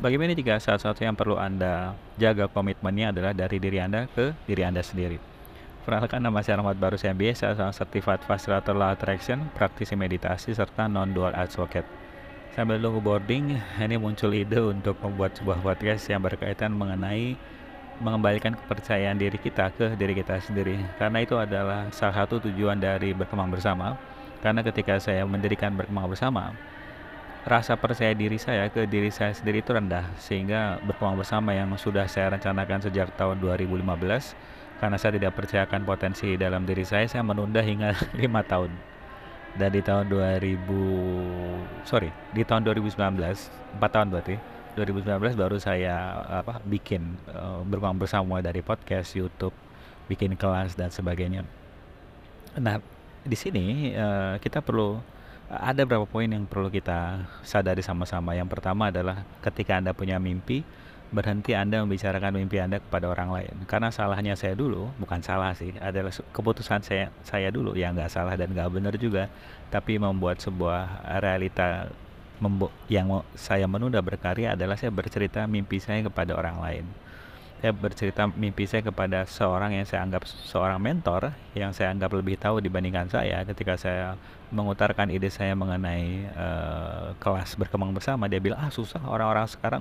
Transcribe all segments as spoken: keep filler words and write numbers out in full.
Bagaimana jika salah satu yang perlu Anda jaga komitmennya adalah dari diri Anda ke diri Anda sendiri? Perkenalkan, nama saya Rahmat Barus M B A, saya seorang Certified Facilitator Law Attraction, praktisi meditasi, serta non-dual advocate. Sambil nunggu boarding, ini muncul ide untuk membuat sebuah podcast yang berkaitan mengenai mengembalikan kepercayaan diri kita ke diri kita sendiri. Karena itu adalah salah satu tujuan dari berkembang bersama. Karena ketika saya mendirikan berkembang bersama, rasa percaya diri saya ke diri saya sendiri itu rendah, sehingga berkembang bersama yang sudah saya rencanakan sejak tahun dua ribu lima belas, karena saya tidak percayakan potensi dalam diri saya, saya menunda hingga lima tahun. Dan di tahun dua ribu sorry di tahun dua ribu sembilan belas, empat tahun berarti, dua ribu sembilan belas baru saya apa bikin uh, berkembang bersama dari podcast, YouTube, bikin kelas dan sebagainya. Nah, di sini uh, kita perlu ada beberapa poin yang perlu kita sadari sama-sama. Yang pertama adalah ketika Anda punya mimpi, berhenti Anda membicarakan mimpi Anda kepada orang lain. Karena salahnya saya dulu, bukan salah sih, adalah keputusan saya saya dulu yang nggak salah dan nggak benar juga, tapi membuat sebuah realita membu- yang saya menunda berkarya adalah saya bercerita mimpi saya kepada orang lain. Saya bercerita mimpi saya kepada seorang yang saya anggap seorang mentor, yang saya anggap lebih tahu dibandingkan saya. Ketika saya mengutarakan ide saya mengenai uh, kelas berkembang bersama, dia bilang, ah susah, orang-orang sekarang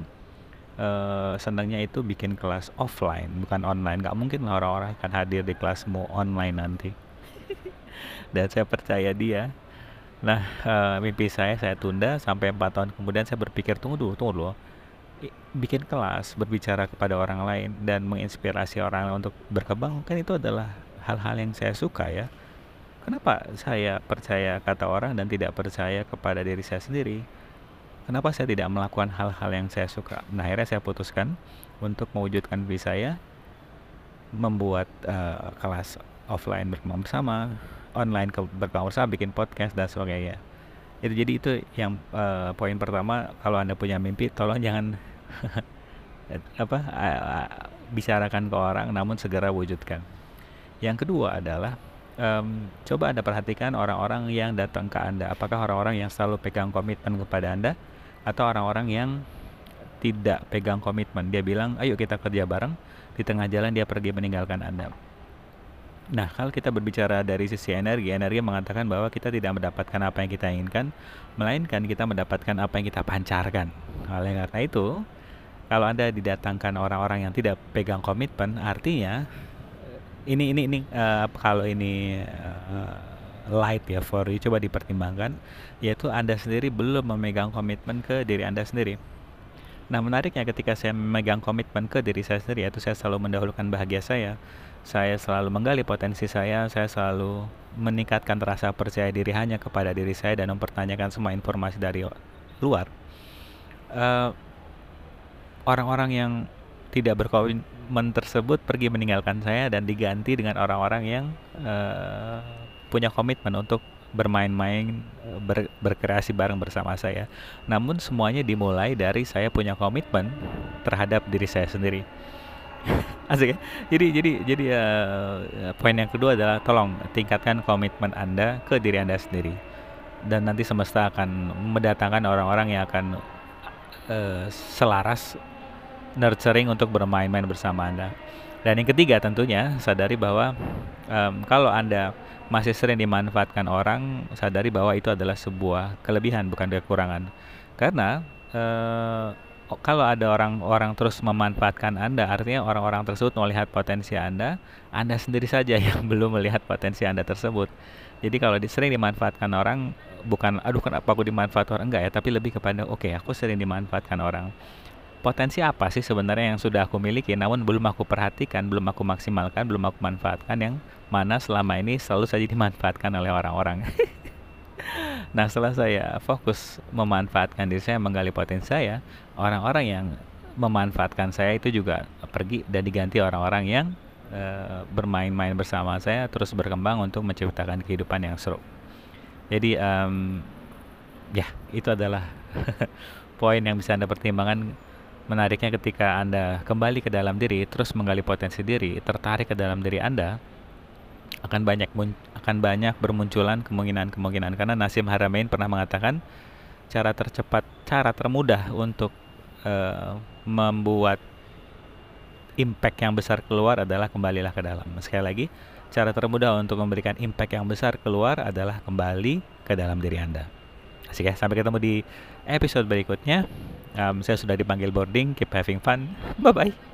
uh, senangnya itu bikin kelas offline, bukan online. Gak mungkin lah orang-orang akan hadir di kelasmu online nanti. Dan saya percaya dia. Nah, uh, mimpi saya saya tunda sampai empat tahun kemudian. Saya berpikir, tunggu dulu, tunggu dulu, bikin kelas, berbicara kepada orang lain dan menginspirasi orang lain untuk berkembang, kan itu adalah hal-hal yang saya suka ya. Kenapa saya percaya kata orang dan tidak percaya kepada diri saya sendiri? Kenapa saya tidak melakukan hal-hal yang saya suka? Nah, akhirnya saya putuskan untuk mewujudkan mimpi saya, membuat uh, kelas offline berkembang bersama, online ke berkembang bersama, bikin podcast dan sebagainya. Itu jadi itu yang uh, poin pertama. Kalau Anda punya mimpi, tolong jangan apa uh, bicarakan ke orang, namun segera wujudkan. Yang kedua adalah um, coba Anda perhatikan orang-orang yang datang ke Anda. Apakah orang-orang yang selalu pegang komitmen kepada Anda, atau orang-orang yang tidak pegang komitmen? Dia bilang, ayo kita kerja bareng, di tengah jalan dia pergi meninggalkan Anda. Nah, kalau kita berbicara dari sisi energi, energi mengatakan bahwa kita tidak mendapatkan apa yang kita inginkan, melainkan kita mendapatkan apa yang kita pancarkan. Oleh karena itu, kalau Anda didatangkan orang-orang yang tidak pegang komitmen, artinya ini ini ini uh, kalau ini uh, light ya for you, coba dipertimbangkan, yaitu Anda sendiri belum memegang komitmen ke diri Anda sendiri. Nah, menariknya ketika saya memegang komitmen ke diri saya sendiri, yaitu saya selalu mendahulukan bahagia saya, saya selalu menggali potensi saya, saya selalu meningkatkan rasa percaya diri hanya kepada diri saya dan mempertanyakan semua informasi dari luar. Uh, orang-orang yang tidak berkomitmen tersebut pergi meninggalkan saya dan diganti dengan orang-orang yang uh, punya komitmen untuk bermain-main, ber, berkreasi bareng bersama saya. Namun semuanya dimulai dari saya punya komitmen terhadap diri saya sendiri. Asik ya. Jadi jadi jadi uh, poin yang kedua adalah tolong tingkatkan komitmen Anda ke diri Anda sendiri. Dan nanti semesta akan mendatangkan orang-orang yang akan uh, selaras nurturing untuk bermain-main bersama Anda. Dan yang ketiga tentunya sadari bahwa um, kalau Anda masih sering dimanfaatkan orang, sadari bahwa itu adalah sebuah kelebihan, bukan kekurangan. Karena uh, kalau ada orang-orang terus memanfaatkan Anda, artinya orang-orang tersebut melihat potensi Anda, Anda sendiri saja yang belum melihat potensi Anda tersebut. Jadi kalau sering dimanfaatkan orang, bukan aduh kenapa aku dimanfaatkan orang, enggak ya, tapi lebih kepada oke, okay, aku sering dimanfaatkan orang. Potensi apa sih sebenarnya yang sudah aku miliki namun belum aku perhatikan, belum aku maksimalkan, belum aku manfaatkan, yang mana selama ini selalu saja dimanfaatkan oleh orang-orang. Nah, setelah saya fokus memanfaatkan diri saya, menggali potensi saya, orang-orang yang memanfaatkan saya itu juga pergi dan diganti orang-orang yang uh, bermain-main bersama saya, terus berkembang untuk menciptakan kehidupan yang seru. Jadi um, ya, itu adalah poin yang bisa Anda pertimbangkan. Menariknya ketika Anda kembali ke dalam diri, terus menggali potensi diri, tertarik ke dalam diri Anda, akan banyak akan banyak bermunculan kemungkinan-kemungkinan. Karena Nassim Haramein pernah mengatakan cara tercepat, cara termudah untuk uh, membuat impact yang besar keluar adalah kembalilah ke dalam. Sekali lagi, cara termudah untuk memberikan impact yang besar keluar adalah kembali ke dalam diri Anda. Asik ya, sampai ketemu di episode berikutnya. Um, saya sudah dipanggil boarding, keep having fun. Bye-bye.